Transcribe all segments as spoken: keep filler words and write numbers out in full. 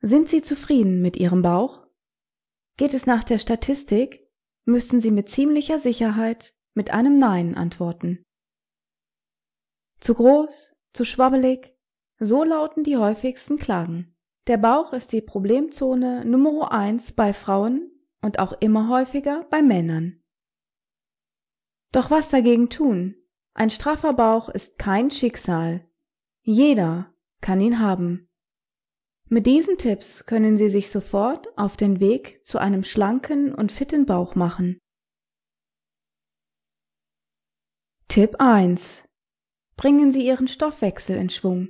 Sind Sie zufrieden mit Ihrem Bauch? Geht es nach der Statistik, müssten Sie mit ziemlicher Sicherheit mit einem Nein antworten. Zu groß, zu schwabbelig, so lauten die häufigsten Klagen. Der Bauch ist die Problemzone Nummer eins bei Frauen und auch immer häufiger bei Männern. Doch was dagegen tun? Ein straffer Bauch ist kein Schicksal. Jeder kann ihn haben. Mit diesen Tipps können Sie sich sofort auf den Weg zu einem schlanken und fitten Bauch machen. Tipp eins. Bringen Sie Ihren Stoffwechsel in Schwung.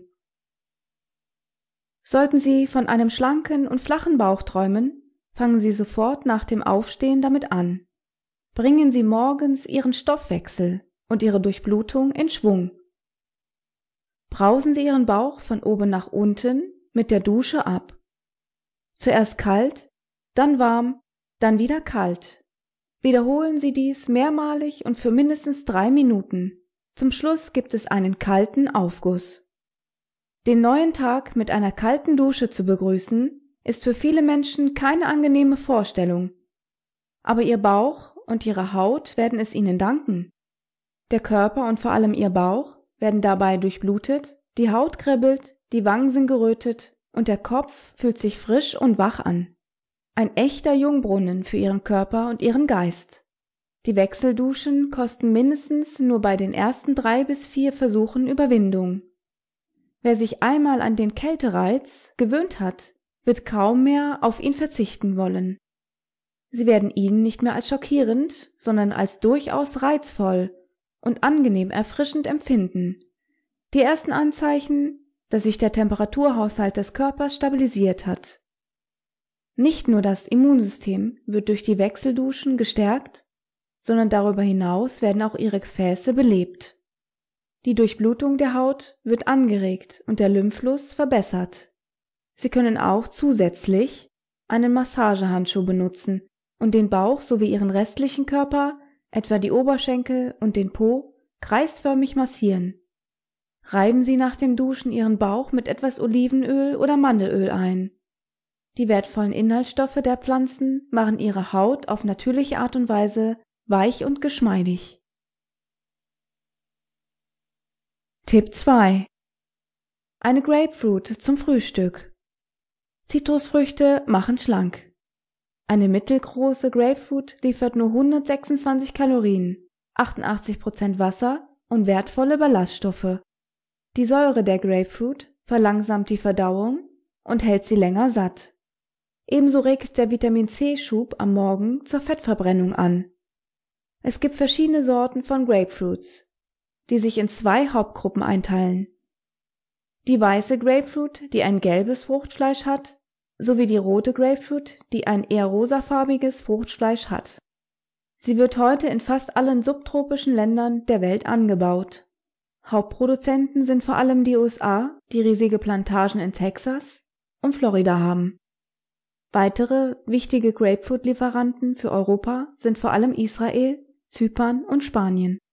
Sollten Sie von einem schlanken und flachen Bauch träumen, fangen Sie sofort nach dem Aufstehen damit an. Bringen Sie morgens Ihren Stoffwechsel und Ihre Durchblutung in Schwung. Brausen Sie Ihren Bauch von oben nach unten mit der Dusche ab. Zuerst kalt, dann warm, dann wieder kalt. Wiederholen Sie dies mehrmalig und für mindestens drei Minuten. Zum Schluss gibt es einen kalten Aufguss. Den neuen Tag mit einer kalten Dusche zu begrüßen, ist für viele Menschen keine angenehme Vorstellung. Aber Ihr Bauch und Ihre Haut werden es Ihnen danken. Der Körper und vor allem Ihr Bauch werden dabei durchblutet, die Haut kribbelt, die Wangen sind gerötet und der Kopf fühlt sich frisch und wach an. Ein echter Jungbrunnen für Ihren Körper und Ihren Geist. Die Wechselduschen kosten mindestens nur bei den ersten drei bis vier Versuchen Überwindung. Wer sich einmal an den Kältereiz gewöhnt hat, wird kaum mehr auf ihn verzichten wollen. Sie werden ihn nicht mehr als schockierend, sondern als durchaus reizvoll und angenehm erfrischend empfinden. Die ersten Anzeichen, dass sich der Temperaturhaushalt des Körpers stabilisiert hat. Nicht nur das Immunsystem wird durch die Wechselduschen gestärkt, sondern darüber hinaus werden auch ihre Gefäße belebt. Die Durchblutung der Haut wird angeregt und der Lymphfluss verbessert. Sie können auch zusätzlich einen Massagehandschuh benutzen und den Bauch sowie Ihren restlichen Körper, etwa die Oberschenkel und den Po, kreisförmig massieren. Reiben Sie nach dem Duschen Ihren Bauch mit etwas Olivenöl oder Mandelöl ein. Die wertvollen Inhaltsstoffe der Pflanzen machen Ihre Haut auf natürliche Art und Weise weich und geschmeidig. Tipp zwei. Eine Grapefruit zum Frühstück. Zitrusfrüchte machen schlank. Eine mittelgroße Grapefruit liefert nur hundertsechsundzwanzig Kalorien, achtundachtzig Prozent Wasser und wertvolle Ballaststoffe. Die Säure der Grapefruit verlangsamt die Verdauung und hält sie länger satt. Ebenso regt der Vitamin-C-Schub am Morgen zur Fettverbrennung an. Es gibt verschiedene Sorten von Grapefruits, die sich in zwei Hauptgruppen einteilen. Die weiße Grapefruit, die ein gelbes Fruchtfleisch hat, sowie die rote Grapefruit, die ein eher rosafarbiges Fruchtfleisch hat. Sie wird heute in fast allen subtropischen Ländern der Welt angebaut. Hauptproduzenten sind vor allem die U S A, die riesige Plantagen in Texas und Florida haben. Weitere wichtige Grapefruit-Lieferanten für Europa sind vor allem Israel, Zypern und Spanien.